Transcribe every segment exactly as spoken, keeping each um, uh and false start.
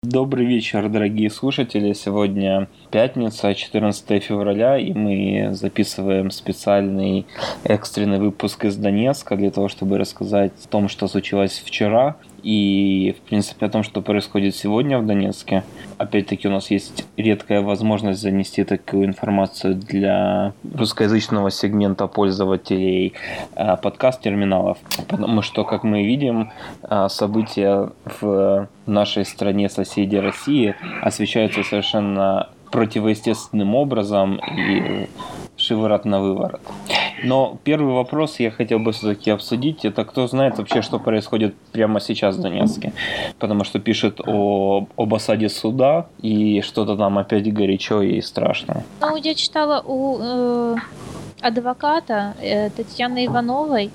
Добрый вечер, дорогие слушатели. Сегодня пятница, четырнадцатое февраля, и мы записываем специальный экстренный выпуск из Донецка для того, чтобы рассказать о том, что случилось вчера, и, в принципе, о том, что происходит сегодня в Донецке. Опять-таки, у нас есть редкая возможность занести такую информацию для русскоязычного сегмента пользователей э, подкаст-терминалов, потому что, как мы видим, э, события в нашей стране соседей России освещаются совершенно противоестественным образом и шиворот на выворот. Но первый вопрос я хотел бы все-таки обсудить. Это кто знает вообще, что происходит прямо сейчас в Донецке. Потому что пишет о, об осаде суда, и что-то там опять горячо и страшно. Ну, я читала у э, адвоката э, Татьяны Ивановой.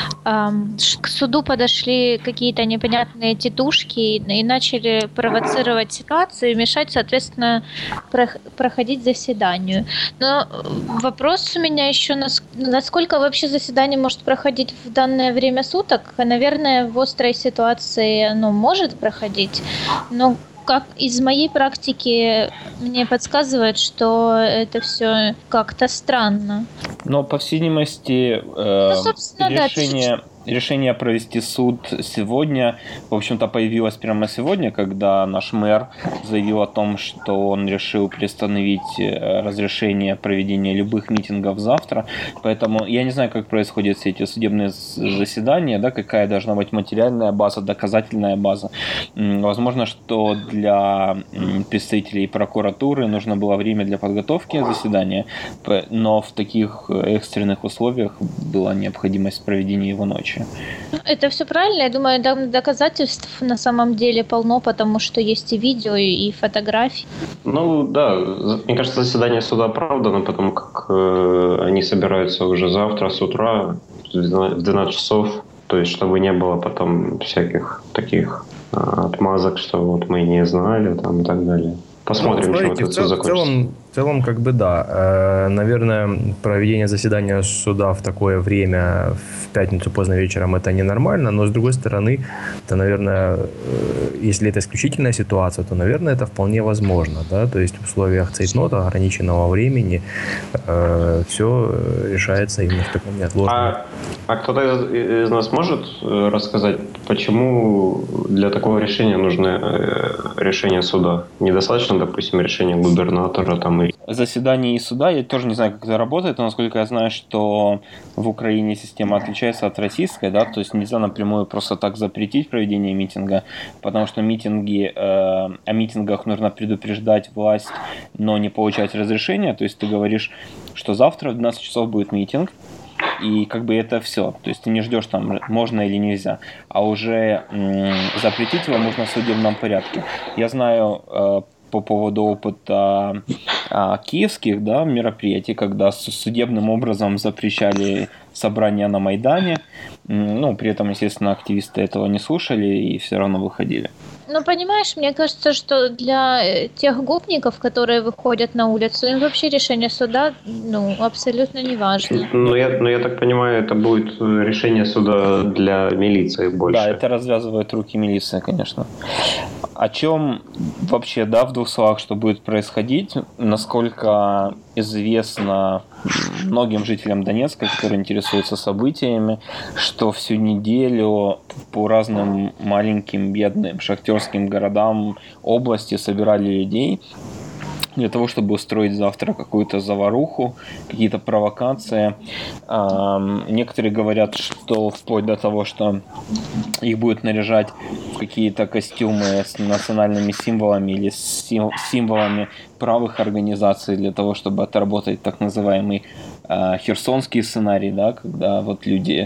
Э, к суду подошли какие-то непонятные тетушки и, и начали провоцировать ситуацию и мешать, соответственно, про, проходить заседанию. Но вопрос у меня еще, насколько вообще заседание может проходить в данное время суток. Наверное, в острой ситуации оно может проходить, но как из моей практики мне подсказывает, что это все как-то странно. Но, по всей видимости, э, ну, решение... Да, Решение провести суд сегодня, в общем-то, появилось прямо сегодня, когда наш мэр заявил о том, что он решил приостановить разрешение проведения любых митингов завтра. Поэтому я не знаю, как происходят все эти судебные заседания, да, какая должна быть материальная база, доказательная база. Возможно, что для представителей прокуратуры нужно было время для подготовки заседания, но в таких экстренных условиях была необходимость проведения его ночью. Это все правильно. Я думаю, доказательств на самом деле полно, потому что есть и видео, и фотографии. Ну да, мне кажется, заседание суда оправдано, потому как э, они собираются уже завтра с утра в двенадцать часов, то есть чтобы не было потом всяких таких э, отмазок, что вот мы не знали там и так далее. Посмотрим, ну, смотрите, чем это все закончится. В целом, в целом, как бы да. Э, наверное, проведение заседания суда в такое время, в пятницу поздно вечером, это ненормально, но с другой стороны, это, наверное, э, если это исключительная ситуация, то, наверное, это вполне возможно, да, то есть в условиях цейтнота, ограниченного времени, э, все решается именно в таком неотложном. А, а кто-то из, из нас может рассказать, почему для такого решения нужно решение суда? Недостаточно, допустим, решения губернатора там и... Заседание и суда, я тоже не знаю, как это работает, но насколько я знаю, что в Украине система отличается от российской, да, то есть нельзя напрямую просто так запретить проведение митинга, потому что митинги, э, о митингах нужно предупреждать власть, но не получать разрешения, то есть ты говоришь, что завтра в двенадцать часов будет митинг, и как бы это все. То есть ты не ждешь там, можно или нельзя. А уже м- запретить его можно в судебном порядке. Я знаю э, по поводу опыта э, киевских, да, мероприятий, когда судебным образом запрещали собрания на Майдане. Ну, при этом, естественно, активисты этого не слушали и все равно выходили. Ну, понимаешь, мне кажется, что для тех гопников, которые выходят на улицу, им вообще решение суда, ну, абсолютно не важно. Ну, я, ну, я так понимаю, это будет решение суда для милиции больше. Да, это развязывает руки милиции, конечно. О чем вообще, да, в двух словах, что будет происходить, насколько известно многим жителям Донецка, которые интересуются событиями, что всю неделю по разным маленьким бедным шахтерским городам области собирали людей для того, чтобы устроить завтра какую-то заваруху, какие-то провокации. Некоторые говорят, что вплоть до того, что их будут наряжать в какие-то костюмы с национальными символами или с символами правых организаций для того, чтобы отработать так называемый э, херсонский сценарий, да, когда вот люди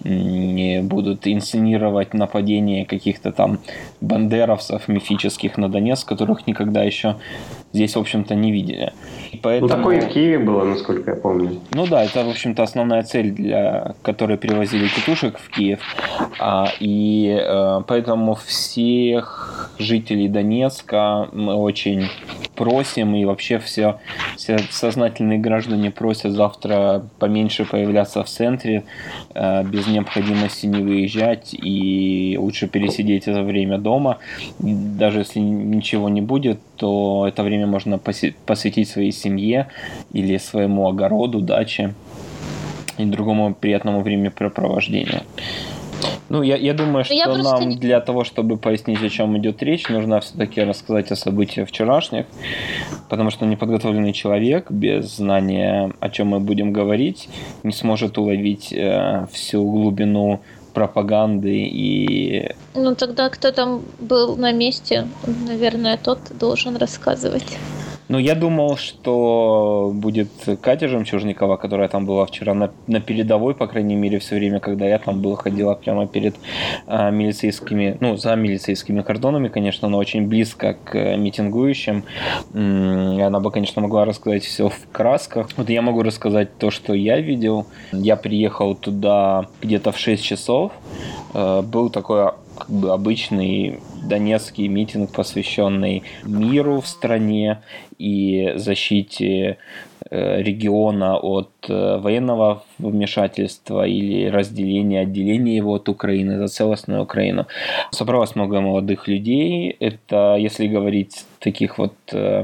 не будут инсценировать нападение каких-то там бандеровцев мифических на Донецк, которых никогда еще здесь, в общем-то, не видели. И поэтому... Ну, такое и в Киеве было, насколько я помню. Ну да, это, в общем-то, основная цель, для которой привозили тетушек в Киев. А, и э, поэтому всех жителей Донецка мы очень просим, и вообще все, все сознательные граждане просят завтра поменьше появляться в центре, без необходимости не выезжать, и лучше пересидеть это время дома. Даже если ничего не будет, то это время можно посвятить своей семье или своему огороду, даче и другому приятному времяпрепровождению. Ну, я, я думаю, что я нам не... для того, чтобы пояснить, о чем идет речь, нужно все-таки рассказать о событиях вчерашних, потому что неподготовленный человек без знания, о чем мы будем говорить, не сможет уловить э, всю глубину пропаганды и... Ну, тогда кто там был на месте, наверное, тот должен рассказывать. Ну, я думал, что будет Катя Жемчужникова, которая там была вчера на, на передовой, по крайней мере, все время, когда я там был, ходила прямо перед а, милицейскими, ну, за милицейскими кордонами, конечно, но очень близко к митингующим. И она бы, конечно, могла рассказать все в красках. Вот я могу рассказать то, что я видел. Я приехал туда где-то в шесть часов. Был такой как бы обычный донецкий митинг, посвященный миру в стране и защите региона от военного вмешательства или разделения, отделения его от Украины, за целостную Украину. Собралось много молодых людей. Это, если говорить о таких вот э,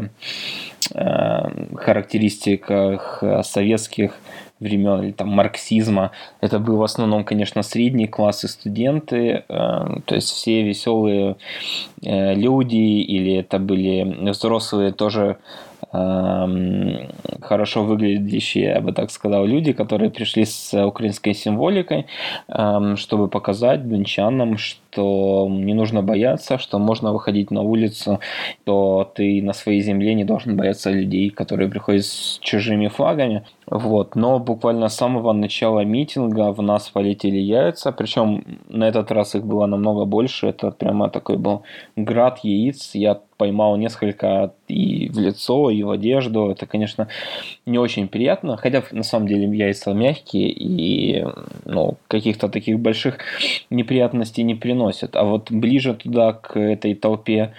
э, характеристиках советских времен или там марксизма, это был в основном, конечно, средний класс и студенты, э, то есть все веселые э, люди, или это были взрослые тоже э, хорошо выглядящие, я бы так сказал, люди, которые пришли с украинской символикой, э, чтобы показать дончанам, что не нужно бояться, что можно выходить на улицу, то ты на своей земле не должен бояться людей, которые приходят с чужими флагами. Вот. Но буквально с самого начала митинга в нас полетели яйца, причем на этот раз их было намного больше, это прямо такой был град яиц, я поймал несколько и в лицо, и в одежду, это, конечно, не очень приятно, хотя на самом деле яйца мягкие и ну, каких-то таких больших неприятностей не приносят, а вот ближе туда к этой толпе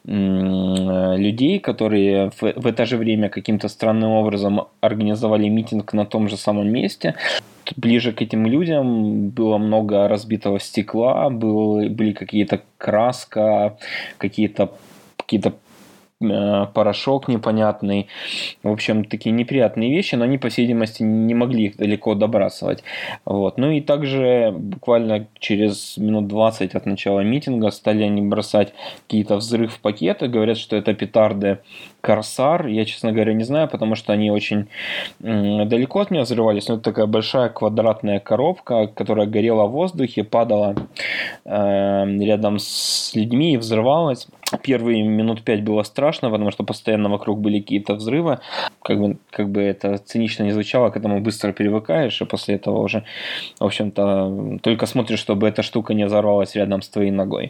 м- людей, которые в, в это же время каким-то странным образом организовали митинг на том же самом месте, ближе к этим людям было много разбитого стекла, было, были какие-то краска, какие-то какие-то порошок непонятный. В общем, такие неприятные вещи, но они, по всей видимости, не могли их далеко добрасывать. Вот. Ну и также буквально через минут двадцать от начала митинга стали они бросать какие-то взрыв-пакеты. Говорят, что это петарды Корсар. Я, честно говоря, не знаю, потому что они очень далеко от меня взрывались. Но это такая большая квадратная коробка, которая горела в воздухе, падала э, рядом с людьми и взрывалась. Первые минут пять было страшно, потому что постоянно вокруг были какие-то взрывы. Как бы, как бы это цинично не звучало, к этому быстро привыкаешь, и после этого уже, в общем-то, только смотришь, чтобы эта штука не взорвалась рядом с твоей ногой.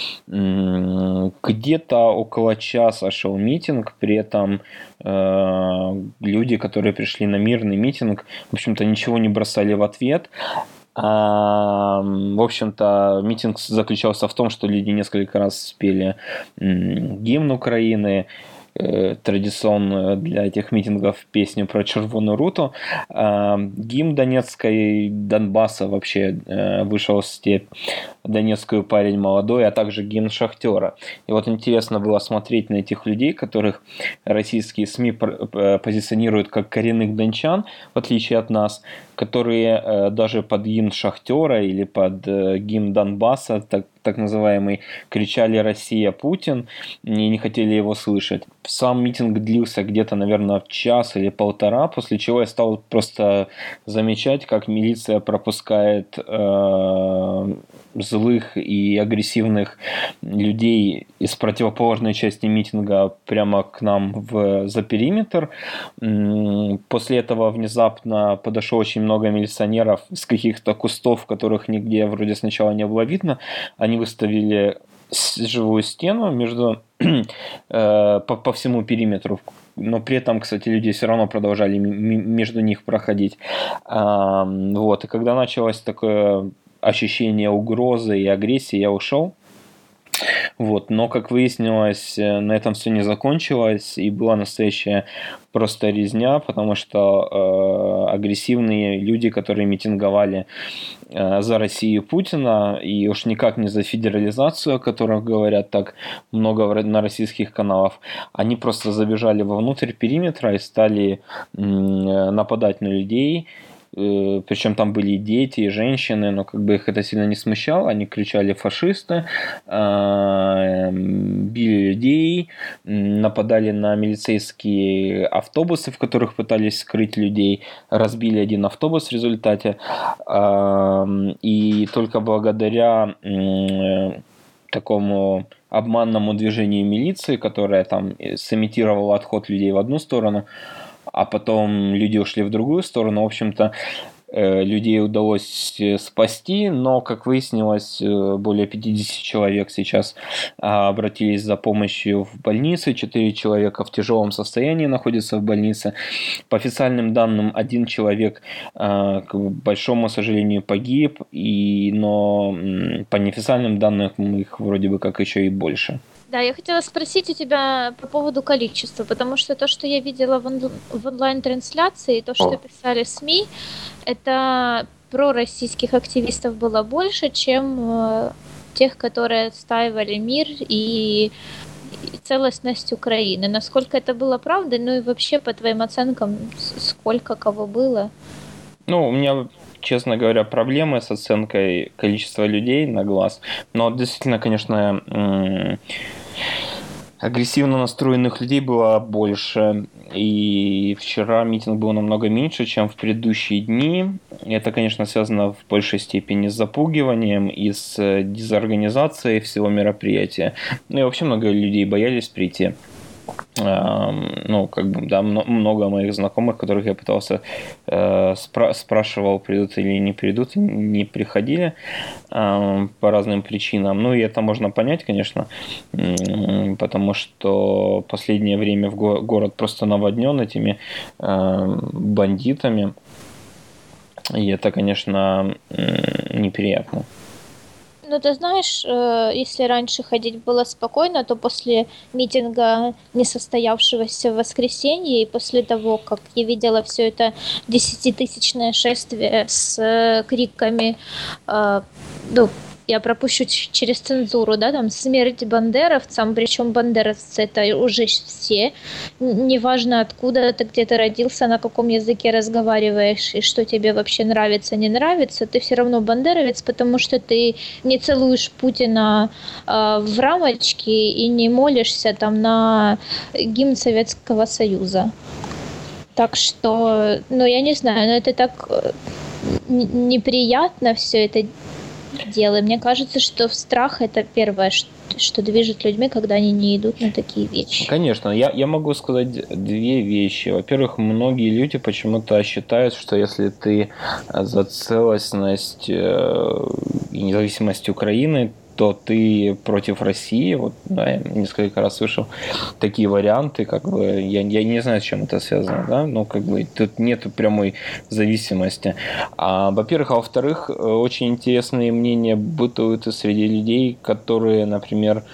Где-то около часа шел митинг, при этом э, люди, которые пришли на мирный митинг, в общем-то, ничего не бросали в ответ. А, в общем-то, митинг заключался в том, что люди несколько раз спели гимн Украины, традиционную для этих митингов песню про Червоную Руту. Гимн Донецкой, Донбасса вообще вышел в степь Донецкую парень молодой, а также гимн Шахтера. И вот интересно было смотреть на этих людей, которых российские СМИ позиционируют как коренных дончан, в отличие от нас, которые даже под гимн Шахтера или под гимн Донбасса, так, так называемый, кричали «Россия, Путин» и не хотели его слышать. Сам митинг длился где-то, наверное, час или полтора, после чего я стал просто замечать, как милиция пропускает э, злых и агрессивных людей из противоположной части митинга прямо к нам в, за периметр. После этого внезапно подошло очень много милиционеров из каких-то кустов, которых нигде вроде сначала не было видно. Они выставили живую стену между, э, по, по всему периметру, но при этом, кстати, люди все равно продолжали м- между них проходить. А, вот. И когда началось такое ощущение угрозы и агрессии, я ушел. Вот. Но, как выяснилось, на этом все не закончилось, и была настоящая просто резня, потому что э, агрессивные люди, которые митинговали э, за Россию Путина, и уж никак не за федерализацию, о которых говорят так много в, на российских каналах, они просто забежали вовнутрь периметра и стали э, нападать на людей. Причем там были и дети, и женщины, но как бы их это сильно не смущало. Они кричали «фашисты», били людей, нападали на милицейские автобусы, в которых пытались скрыть людей, разбили один автобус в результате. И только благодаря такому обманному движению милиции, которая там сымитировала отход людей в одну сторону, а потом люди ушли в другую сторону. В общем-то, людей удалось спасти, но, как выяснилось, более пятьдесят человек сейчас обратились за помощью в больницу, четыре человека в тяжелом состоянии находятся в больнице. По официальным данным, один человек, к большому сожалению, погиб, и, но по неофициальным данным их вроде бы как еще и больше. Да, я хотела спросить у тебя по поводу количества, потому что то, что я видела в, он- в онлайн-трансляции, то, что писали СМИ, это пророссийских активистов было больше, чем э, тех, которые отстаивали мир и, и целостность Украины. Насколько это было правдой? Ну и вообще, по твоим оценкам, с- сколько кого было? Ну, у меня, честно говоря, проблемы с оценкой количества людей на глаз. Но действительно, конечно, м, агрессивно настроенных людей было больше. И вчера митинг был намного меньше, чем в предыдущие дни. Это, конечно, связано в большей степени с запугиванием и с дезорганизацией всего мероприятия. Ну и вообще много людей боялись прийти. Ну, как бы, да, много моих знакомых, которых я пытался э, спра- спрашивал, придут или не придут, не приходили э, по разным причинам. Ну, и это можно понять, конечно, э, потому что в последнее время в го- город просто наводнен этими э, бандитами, и это, конечно, э, неприятно. Ну, ты знаешь, э, если раньше ходить было спокойно, то после митинга, не состоявшегося в воскресенье, и после того, как я видела все это десятитысячное шествие с э, криками, э, ну, я пропущу ч- через цензуру, да, там смерть бандеровцам, причем бандеровцы это уже все, Н- неважно откуда ты, где ты родился, на каком языке разговариваешь и что тебе вообще нравится, не нравится, ты все равно бандеровец, потому что ты не целуешь Путина э, в рамочке и не молишься там на гимн Советского Союза. Так что, ну я не знаю, но это так э, н- неприятно все это дело. Мне кажется, что страх это первое, что, что движет людьми, когда они не идут на такие вещи. Конечно, я, я могу сказать две вещи. Во-первых, многие люди почему-то считают, что если ты за целостность э, и независимость Украины, то ты против России. Вот, да, я несколько раз слышал такие варианты, как бы, я, я не знаю, с чем это связано, да, но как бы тут нет прямой зависимости. А, во-первых, а во-вторых, очень интересные мнения бытуют и среди людей, которые, например,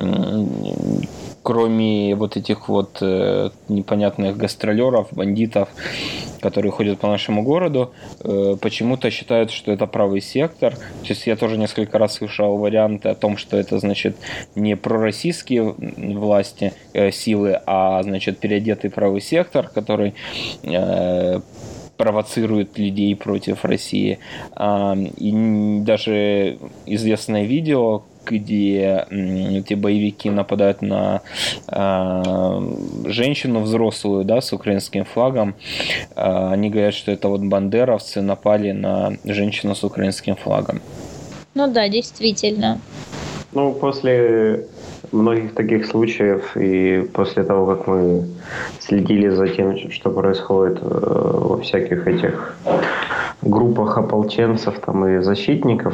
кроме вот этих вот э, непонятных гастролеров, бандитов, которые ходят по нашему городу, э, почему-то считают, что это правый сектор. То есть я тоже несколько раз слышал варианты о том, что это, значит, не пророссийские власти, э, силы, а, значит, переодетый правый сектор, который э, провоцирует людей против России. А, и даже известное видео, где эти боевики нападают на э, женщину взрослую, да, с украинским флагом. Э, они говорят, что это вот бандеровцы напали на женщину с украинским флагом. Ну да, действительно. Ну, после многих таких случаев и после того, как мы следили за тем, что происходит во всяких этих группах ополченцев там и защитников,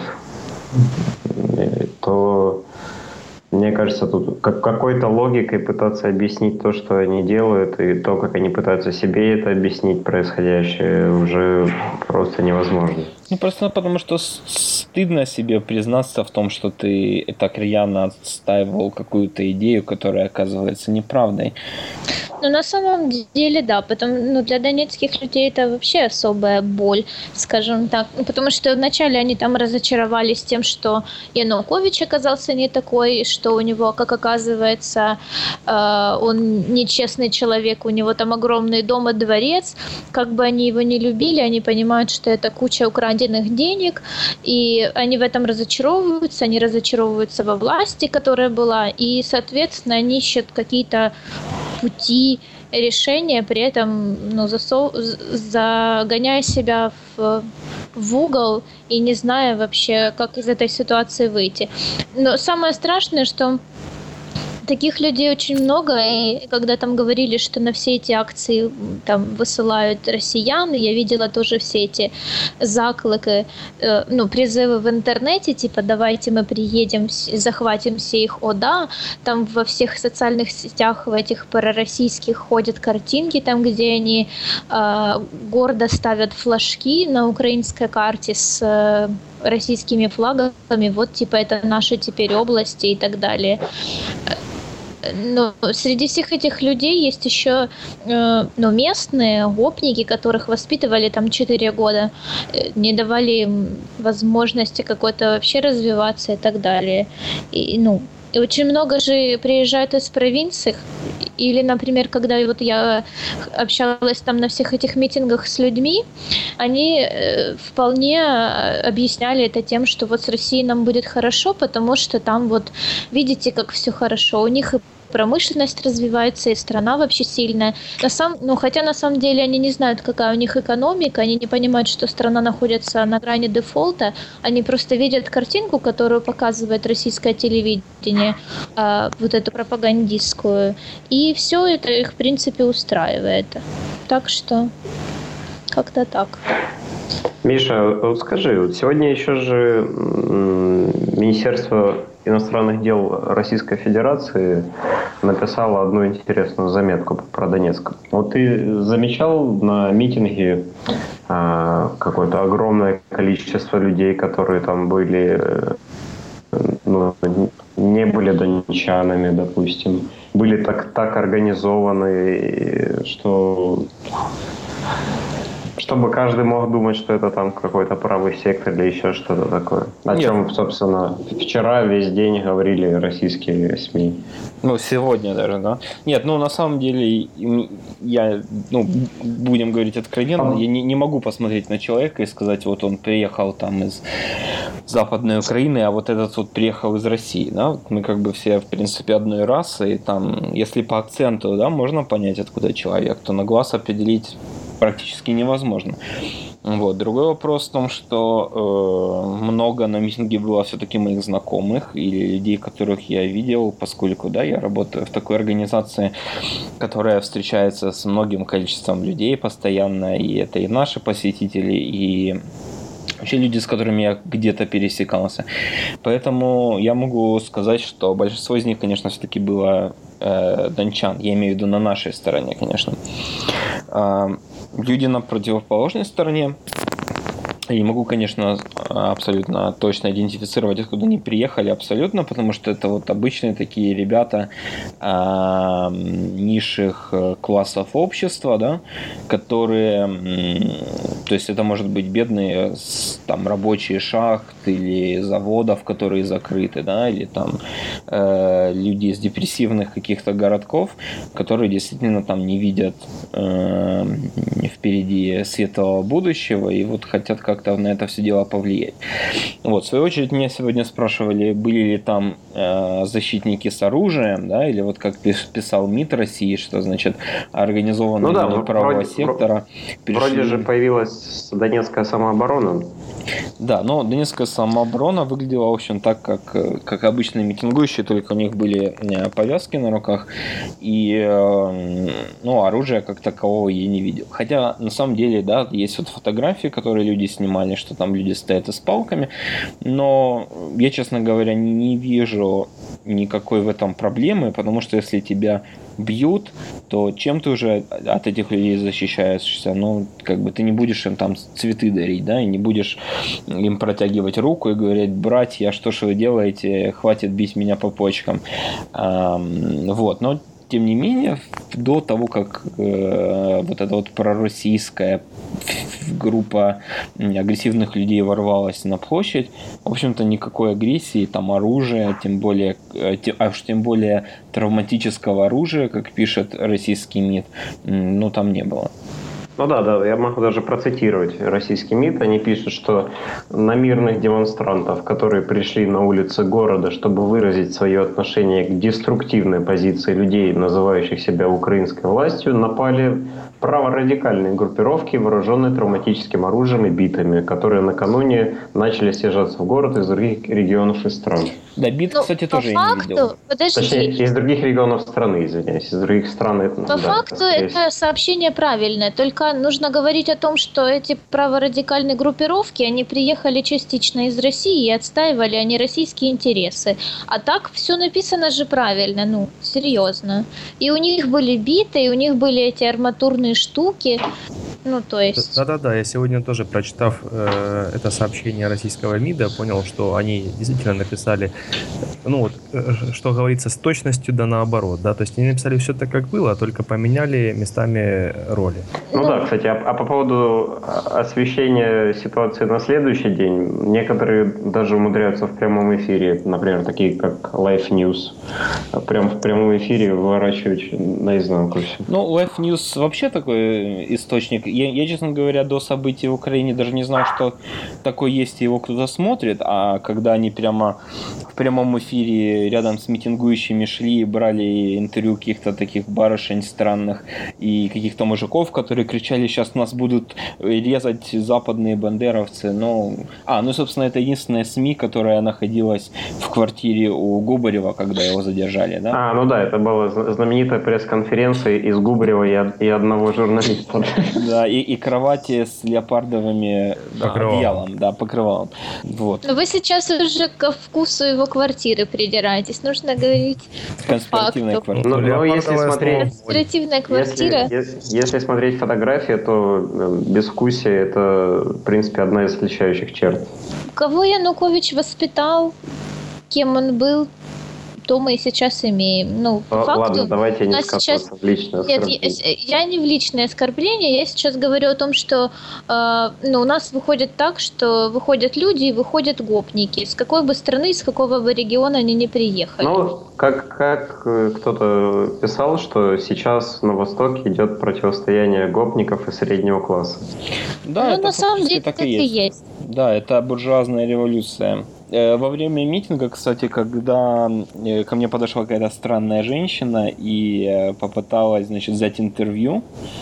то, мне кажется, тут как какой-то логикой пытаться объяснить то, что они делают, и то, как они пытаются себе это объяснить происходящее, уже просто невозможно. Ну, просто потому что стыдно себе признаться в том, что ты так рьяно отстаивал какую-то идею, которая оказывается неправдой. Ну, на самом деле, да, потому, ну, для донецких людей это вообще особая боль, скажем так, ну, потому что вначале они там разочаровались тем, что Янукович оказался не такой, что у него, как оказывается, э, он нечестный человек, у него там огромный дом и дворец, как бы они его не любили, они понимают, что это куча украденных денег, и они в этом разочаровываются, они разочаровываются во власти, которая была, и, соответственно, они ищут какие-то пути решения, при этом ну, засов... загоняя себя в... в угол и не зная вообще, как из этой ситуации выйти. Но самое страшное, что таких людей очень много, и когда там говорили, что на все эти акции там высылают россиян, я видела тоже все эти заклики, э, ну, призывы в интернете, типа давайте мы приедем, захватим все их ОДА, там во всех социальных сетях в этих пророссийских ходят картинки, там где они э, гордо ставят флажки на украинской карте с э, российскими флагами, вот типа это наши теперь области и так далее. Но среди всех этих людей есть еще э, ну, местные гопники, которых воспитывали там четыре года, э, не давали им возможности какой-то вообще развиваться и так далее. И, ну, и очень много же приезжают из провинций. Или, например, когда вот я общалась там на всех этих митингах с людьми, они э, вполне объясняли это тем, что вот с Россией нам будет хорошо, потому что там вот видите, как все хорошо. У них и промышленность развивается, и страна вообще сильная. На сам, ну, хотя на самом деле они не знают, какая у них экономика, они не понимают, что страна находится на грани дефолта, они просто видят картинку, которую показывает российское телевидение, э, вот эту пропагандистскую, и все это их, в принципе, устраивает. Так что как-то так. Миша, вот скажи, вот сегодня еще же Министерство иностранных дел Российской Федерации написало одну интересную заметку про Донецк. Вот ты замечал на митинге а, какое-то огромное количество людей, которые там были, ну, не были донечанами, допустим, были так, так организованы, что... Чтобы каждый мог думать, что это там какой-то правый сектор или еще что-то такое. О Нет. чем, собственно, вчера весь день говорили российские СМИ. Ну, сегодня даже, да? Нет, ну, на самом деле, я, ну, будем говорить откровенно, я не, не могу посмотреть на человека и сказать, вот он приехал там из Западной Украины, а вот этот вот приехал из России, да? Вот мы как бы все, в принципе, одной расы, и там, если по акценту, да, можно понять, откуда человек, то на глаз определить практически невозможно. Вот. Другой вопрос в том, что э, много на митинге было все-таки моих знакомых или людей, которых я видел, поскольку да, я работаю в такой организации, которая встречается с многим количеством людей постоянно, и это и наши посетители, и вообще люди, с которыми я где-то пересекался. Поэтому я могу сказать, что большинство из них, конечно, все-таки было э, дончан. Я имею в виду на нашей стороне, конечно. Э, люди на противоположной стороне, я не могу, конечно, абсолютно точно идентифицировать, откуда они приехали, абсолютно, потому что это вот обычные такие ребята э, низших классов общества, да, которые, то есть это может быть бедные там рабочие шахт или заводов, которые закрыты, да, или там э, люди из депрессивных каких-то городков, которые действительно там не видят э, впереди светлого будущего и вот хотят как как-то на это все дело повлиять. Вот, в свою очередь, меня сегодня спрашивали, были ли там э, защитники с оружием, да, или вот как писал МИД России, что значит организованные ну, да, правого вроде, сектора. Вроде пришли... же появилась Донецкая самооборона. Да, но Донецкая самооборона выглядела, в общем, так, как, как обычные митингующие, только у них были повязки на руках, и ну, оружия как такового я не видел. Хотя, на самом деле, да, есть вот фотографии, которые люди снимали, что там люди стоят с палками, но я, честно говоря, не вижу никакой в этом проблемы, потому что если тебя бьют, то чем ты уже от этих людей защищаешься? Ну, как бы ты не будешь им там цветы дарить, да, и не будешь им протягивать руку и говорить: братья, что ж вы делаете, хватит бить меня по почкам. Вот, но тем не менее, до того, как э, вот эта вот пророссийская группа агрессивных людей ворвалась на площадь, в общем-то, никакой агрессии, там оружия, тем более, тем, а уж тем более травматического оружия, как пишет российский МИД, ну, там не было. Ну да, да, я могу даже процитировать российский МИД. Они пишут, что на мирных демонстрантов, которые пришли на улицы города, чтобы выразить свое отношение к деструктивной позиции людей, называющих себя украинской властью, напали праворадикальные группировки, вооруженные травматическим оружием и битами, которые накануне начали съезжаться в город из других регионов и стран. Да, бит, ну, кстати, тоже факту, я не видел. Подожди. Точнее, из других регионов страны, извиняюсь, из других стран. По да, факту есть. это сообщение правильное, только нужно говорить о том, что эти праворадикальные группировки, они приехали частично из России и отстаивали они российские интересы. А так все написано же правильно, ну, серьезно. И у них были биты, и у них были эти арматурные штуки. Ну, то есть... Да-да-да, я сегодня тоже, прочитав э, это сообщение российского МИДа, понял, что они действительно написали, ну вот, э, что говорится, с точностью да наоборот, да, то есть они написали все так, как было, только поменяли местами роли. Ну, ну да, кстати, а, а по поводу освещения ситуации на следующий день, некоторые даже умудряются в прямом эфире, например, такие как Life News, прям в прямом эфире выворачивать наизнанку все. Ну, Life News вообще такой источник. Я, я, честно говоря, до событий в Украине даже не знал, что такое есть, и его кто-то смотрит, а когда они прямо в прямом эфире рядом с митингующими шли и брали интервью каких-то таких барышень странных и каких-то мужиков, которые кричали: сейчас нас будут резать западные бандеровцы. Ну, а, ну, собственно, это единственная СМИ, которая находилась в квартире у Губарева, когда его задержали, да? А, ну да, это была знаменитая пресс-конференция из Губарева и одного журналиста. Да, и, и кровати с леопардовыми да, одеялом, да, покрывалом. Вот. Но вы сейчас уже ко вкусу его квартиры придираетесь. Нужно говорить конспиративная квартира. Ну, но если смотреть... Конспиративная квартира. Если, если смотреть фотографии, то безвкусие — это, в принципе, одна из отличающих черт. Кого Янукович воспитал, кем он был, то мы и сейчас имеем. Ну, по Ладно, факту, давайте не скатываться сейчас... в личное оскорбление. Нет, я, я не в личное оскорбление, я сейчас говорю о том, что э, ну, у нас выходит так, что выходят люди и выходят гопники. С какой бы страны, с какого бы региона они не приехали. Ну, как, как кто-то писал, что сейчас на Востоке идет противостояние гопников и среднего класса. Да, ну, это на самом деле так так и есть. и есть. Да, это буржуазная революция. Во время митинга, кстати, когда ко мне подошла какая-то странная женщина и попыталась, значит, взять интервью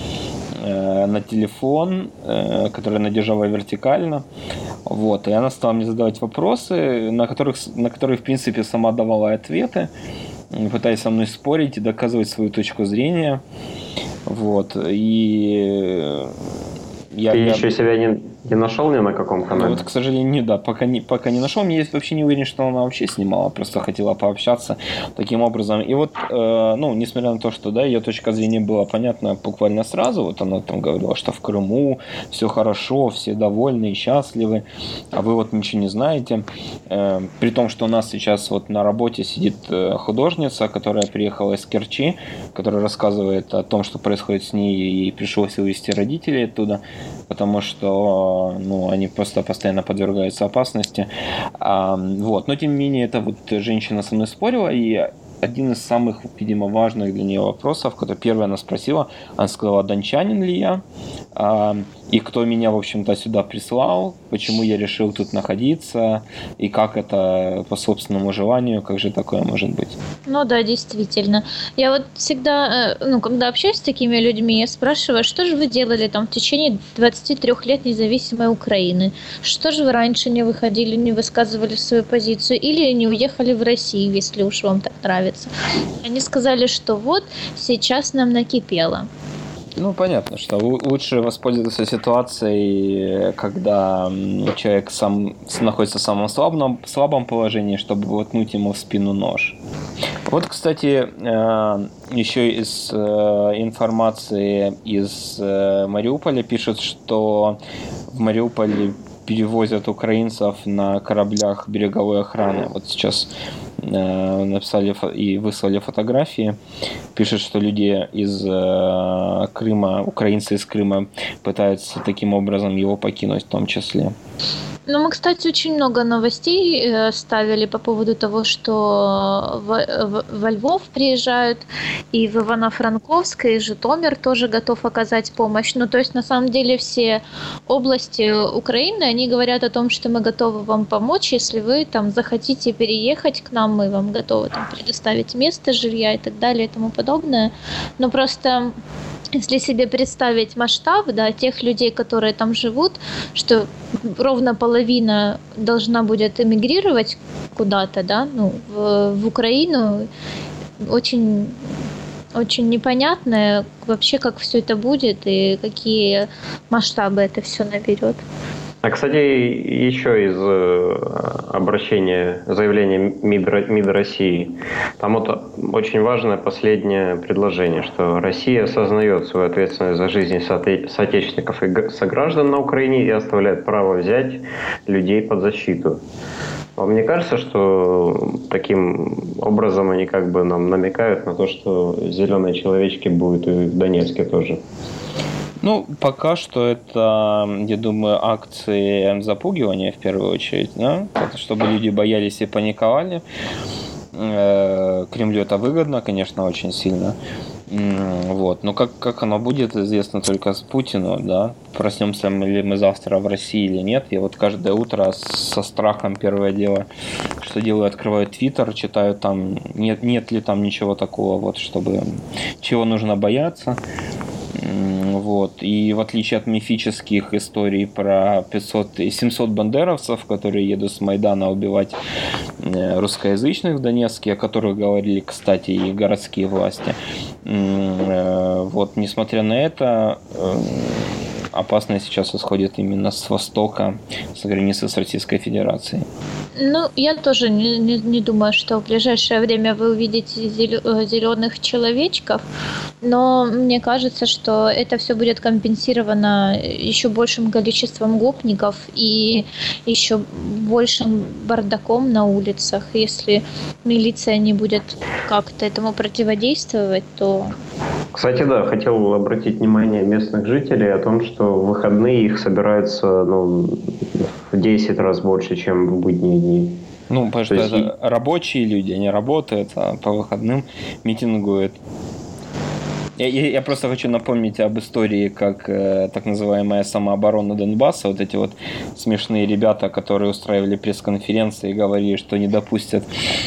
на телефон, который она держала вертикально, вот, и она стала мне задавать вопросы, на которых, на которые, в принципе, сама давала ответы, пытаясь со мной спорить и доказывать свою точку зрения, вот, и... Я, Ты я... еще себя не, не нашел ни на каком канале? Ну, вот, к сожалению, да, пока не, пока не нашел. Я вообще не уверен, что она вообще снимала, просто хотела пообщаться таким образом. И вот, э, ну, несмотря на то, что, да, ее точка зрения была понятна буквально сразу, вот она там говорила, что в Крыму все хорошо, все довольны и счастливы, а вы вот ничего не знаете. Э, при том, что у нас сейчас вот на работе сидит художница, которая приехала из Керчи, которая рассказывает о том, что происходит с ней, и пришлось увезти родителей оттуда, потому что, ну, они просто постоянно подвергаются опасности. А, вот. Но, тем не менее, эта вот женщина со мной спорила, и один из самых, видимо, важных для нее вопросов, который первая она спросила, она сказала: дончанин ли я, а, и кто меня, в общем-то, сюда прислал, почему я решил тут находиться, и как это по собственному желанию, как же такое может быть? Ну да, действительно. Я вот всегда, ну, когда общаюсь с такими людьми, я спрашиваю, что же вы делали там в течение двадцати трёх лет независимой Украины? Что же вы раньше не выходили, не высказывали свою позицию, или не уехали в Россию, если уж вам так нравится? Они сказали, что вот сейчас нам накипело. Ну, понятно, что лучше воспользоваться ситуацией, когда человек сам находится в самом слабом, слабом положении, чтобы воткнуть ему в спину нож. Вот, кстати, еще из информации из Мариуполя пишут, что в Мариуполе перевозят украинцев на кораблях береговой охраны. Вот сейчас э, написали и выслали фотографии. Пишут, что люди из э, Крыма, украинцы из Крыма пытаются таким образом его покинуть в том числе. Ну, мы, кстати, очень много новостей ставили по поводу того, что в, в, во Львов приезжают, и в Ивано-Франковск, и Житомир тоже готов оказать помощь. Ну, то есть, на самом деле, все области Украины, они говорят о том, что мы готовы вам помочь, если вы там захотите переехать к нам, мы вам готовы там предоставить место, жилья и так далее и тому подобное. Но просто... Если себе представить масштаб, да, тех людей, которые там живут, что ровно половина должна будет эмигрировать куда-то, да, ну, в, в Украину, очень, очень непонятно вообще, как все это будет и какие масштабы это все наберет. А, кстати, еще из обращения, заявления МИД, МИД России, там вот очень важное последнее предложение, что Россия осознает свою ответственность за жизни соотечественников и сограждан на Украине и оставляет право взять людей под защиту. Мне кажется, что таким образом они как бы нам намекают на то, что зеленые человечки будут и в Донецке тоже. Ну, пока что это, я думаю, акции запугивания в первую очередь, да? Чтобы люди боялись и паниковали. Кремлю это выгодно, конечно, очень сильно. Вот. Но как, как оно будет, известно только с Путину, да? Проснемся ли мы завтра в России или нет. Я вот каждое утро со страхом первое дело, что делаю, открываю Твиттер, читаю там, нет, нет ли там ничего такого, вот, чтобы чего нужно бояться. Вот. И в отличие от мифических историй про пятьсот и семьсот бандеровцев, которые едут с Майдана убивать русскоязычных в Донецке, о которых говорили, кстати, и городские власти, вот, несмотря на это, опасность сейчас исходит именно с востока, с границы с Российской Федерацией. Ну, я тоже не, не, не думаю, что в ближайшее время вы увидите зеленых человечков, но мне кажется, что это все будет компенсировано еще большим количеством гопников и еще большим бардаком на улицах. Если милиция не будет как-то этому противодействовать, то... Кстати, да, хотел обратить внимание местных жителей о том, что в выходные их собирается, ну, в десять раз больше, чем в будние дни. Ну, потому что это есть... рабочие люди, они работают, а по выходным митингуют. Я, я, я просто хочу напомнить об истории, как э, так называемая самооборона Донбасса, вот эти вот смешные ребята, которые устраивали пресс-конференции и говорили, что не допустят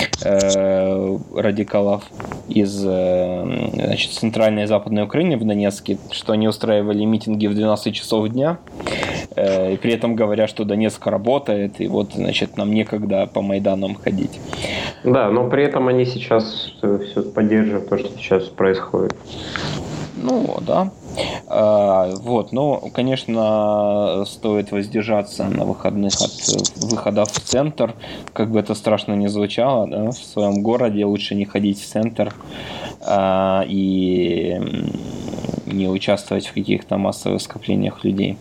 э, радикалов из э, значит, центральной и западной Украины в Донецке, что они устраивали митинги в двенадцать часов дня, э, и при этом говорят, что Донецк работает, и вот, значит, нам некогда по Майданам ходить. Да, но при этом они сейчас все поддерживают то, что сейчас происходит. Ну, да. А, вот, но, конечно, стоит воздержаться на выходных от выхода в центр, как бы это страшно ни звучало, да, в своем городе лучше не ходить в центр а, и не участвовать в каких-то массовых скоплениях людей.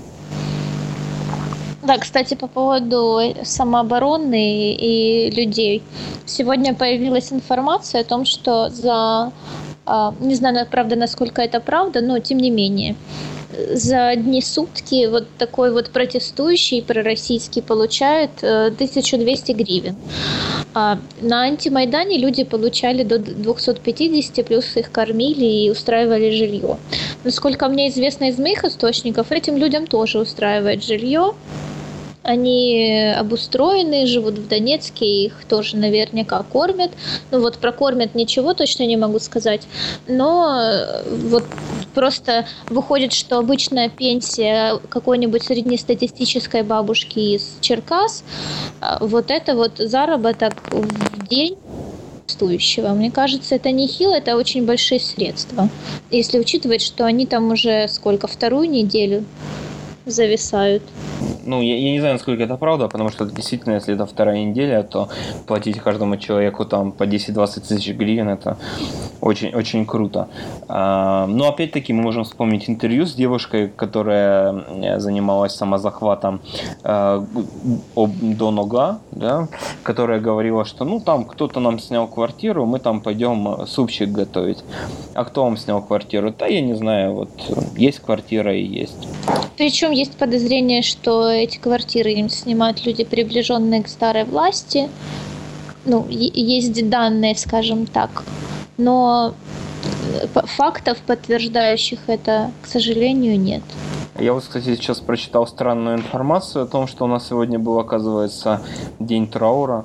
Да, кстати, по поводу самообороны и людей. Сегодня появилась информация о том, что за... Не знаю, правда, насколько это правда, но тем не менее. За одни сутки вот такой вот протестующий пророссийский получает тысячу двести гривен. А на антимайдане люди получали до двести пятьдесят, плюс их кормили и устраивали жилье. Насколько мне известно из моих источников, этим людям тоже устраивают жилье. Они обустроены, живут в Донецке, их тоже наверняка кормят. Ну вот про кормят ничего точно не могу сказать. Но вот просто выходит, что обычная пенсия какой-нибудь среднестатистической бабушки из Черкас, вот это вот заработок в день протестующего. Мне кажется, это нехило, это очень большие средства. Если учитывать, что они там уже сколько, вторую неделю зависают. Ну, я, я не знаю, насколько это правда, потому что действительно, если это вторая неделя, то платить каждому человеку там по десять-двадцать тысяч гривен, это очень, очень круто. А, но опять-таки мы можем вспомнить интервью с девушкой, которая занималась самозахватом а, до нога, да, которая говорила, что ну там кто-то нам снял квартиру, мы там пойдем супчик готовить. А кто вам снял квартиру? Да я не знаю, вот есть квартира и есть. Причем есть подозрение, что эти квартиры им снимают люди, приближенные к старой власти. Ну, есть данные, скажем так. Но фактов, подтверждающих это, к сожалению, нет. Я вот, кстати, сейчас прочитал странную информацию о том, что у нас сегодня был, оказывается, день траура.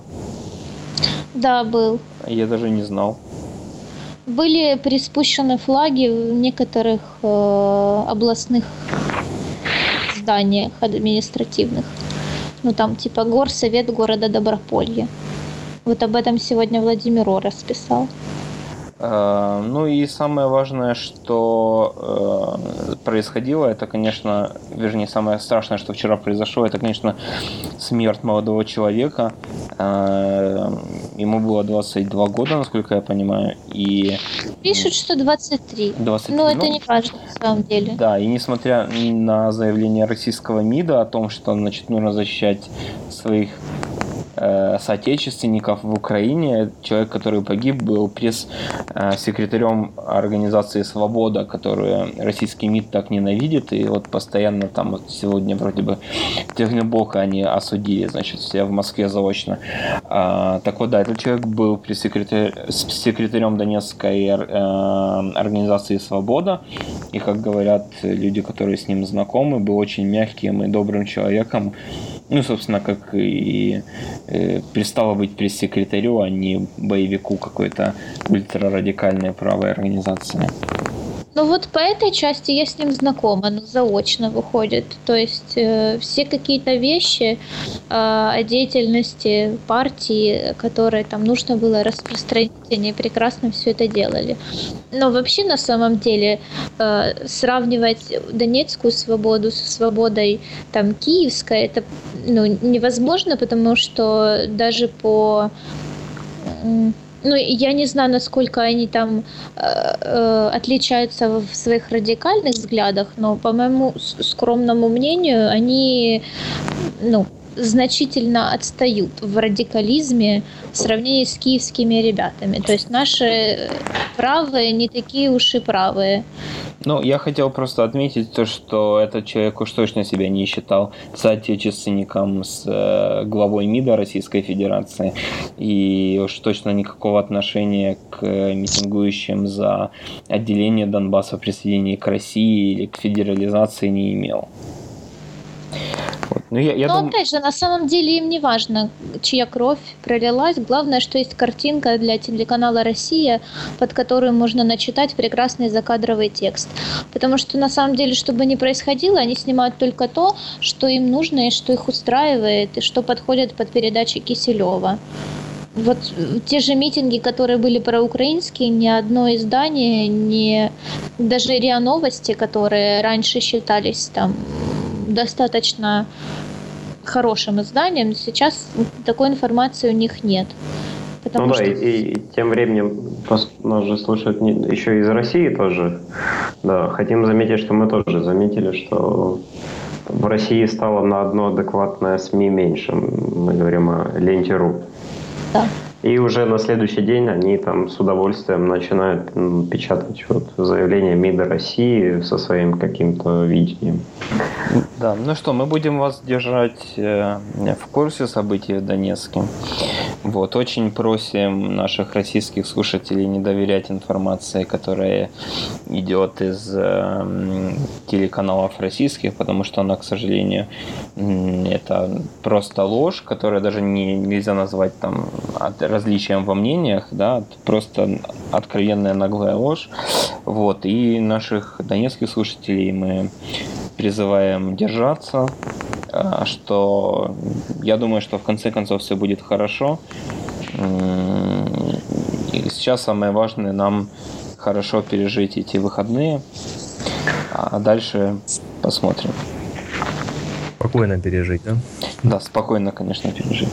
Да, был. Я даже не знал. Были приспущены флаги в некоторых э, областных зданиях административных. Ну, там типа горсовет города Доброполье. Вот об этом сегодня Владимир О. расписал. Ну и самое важное, что э, происходило, это, конечно, вернее, самое страшное, что вчера произошло, это, конечно, смерть молодого человека. Э, ему было двадцать два года, насколько я понимаю, и... Пишут, что двадцать три. двадцать три, но ну, это не важно на самом деле. Да, и несмотря на заявление российского МИДа о том, что, значит, нужно защищать своих соотечественников в Украине, человек, который погиб, был пресс-секретарем организации «Свобода», которую российский МИД так ненавидит, и вот постоянно там вот сегодня вроде бы Техноблока они осудили, значит, все в Москве заочно. А, так вот, да, этот человек был пресс-секретарем Донецкой организации «Свобода», и, как говорят люди, которые с ним знакомы, был очень мягким и добрым человеком. Ну, собственно, как и э, перестало быть пресс-секретарю, а не боевику какой-то ультрарадикальной правой организации. Ну вот по этой части я с ним знакома, но заочно выходит. То есть э, все какие-то вещи э, о деятельности партии, которые там нужно было распространить, они прекрасно все это делали. Но вообще на самом деле э, сравнивать Донецкую свободу со свободой там киевской, это ну, невозможно, потому что даже по... Э, Ну, я не знаю, насколько они там э, э, отличаются в своих радикальных взглядах, но, по моему скромному мнению, они, ну, значительно отстают в радикализме в сравнении с киевскими ребятами. То есть наши правые не такие уж и правые. Ну, я хотел просто отметить то, что этот человек уж точно себя не считал соотечественником с э, главой МИДа Российской Федерации и уж точно никакого отношения к митингующим за отделение Донбасса, присоединение к России или к федерализации не имел. Вот. Ну, я, я Но дум... опять же, на самом деле им не важно, чья кровь пролилась. Главное, что есть картинка для телеканала «Россия», под которую можно начитать прекрасный закадровый текст. Потому что на самом деле, что бы ни происходило, они снимают только то, что им нужно и что их устраивает, и что подходит под передачи Киселева. Вот те же митинги, которые были проукраинские, ни одно издание, ни даже РИА Новости, которые раньше считались там достаточно хорошим изданием, сейчас такой информации у них нет. Ну да, что... и, и тем временем нас же слушают еще из России тоже. Да, хотим заметить, что мы тоже заметили, что в России стало на одно адекватное СМИ меньше. Мы говорим о Ленте.ру. Да. И уже на следующий день они там с удовольствием начинают ну, печатать вот, заявление МИДа России со своим каким-то видением. Да, ну что, мы будем вас держать э, в курсе событий в Донецке. Вот, очень просим наших российских слушателей не доверять информации, которая идет из э, телеканалов российских, потому что она, к сожалению, это просто ложь, которая даже не, нельзя назвать там различием во мнениях, да, просто откровенная наглая ложь. Вот, и наших донецких слушателей мы призываем держаться, что я думаю, что в конце концов все будет хорошо. И сейчас самое важное нам хорошо пережить эти выходные, а дальше посмотрим. Спокойно пережить, да? Да, спокойно, конечно, пережить.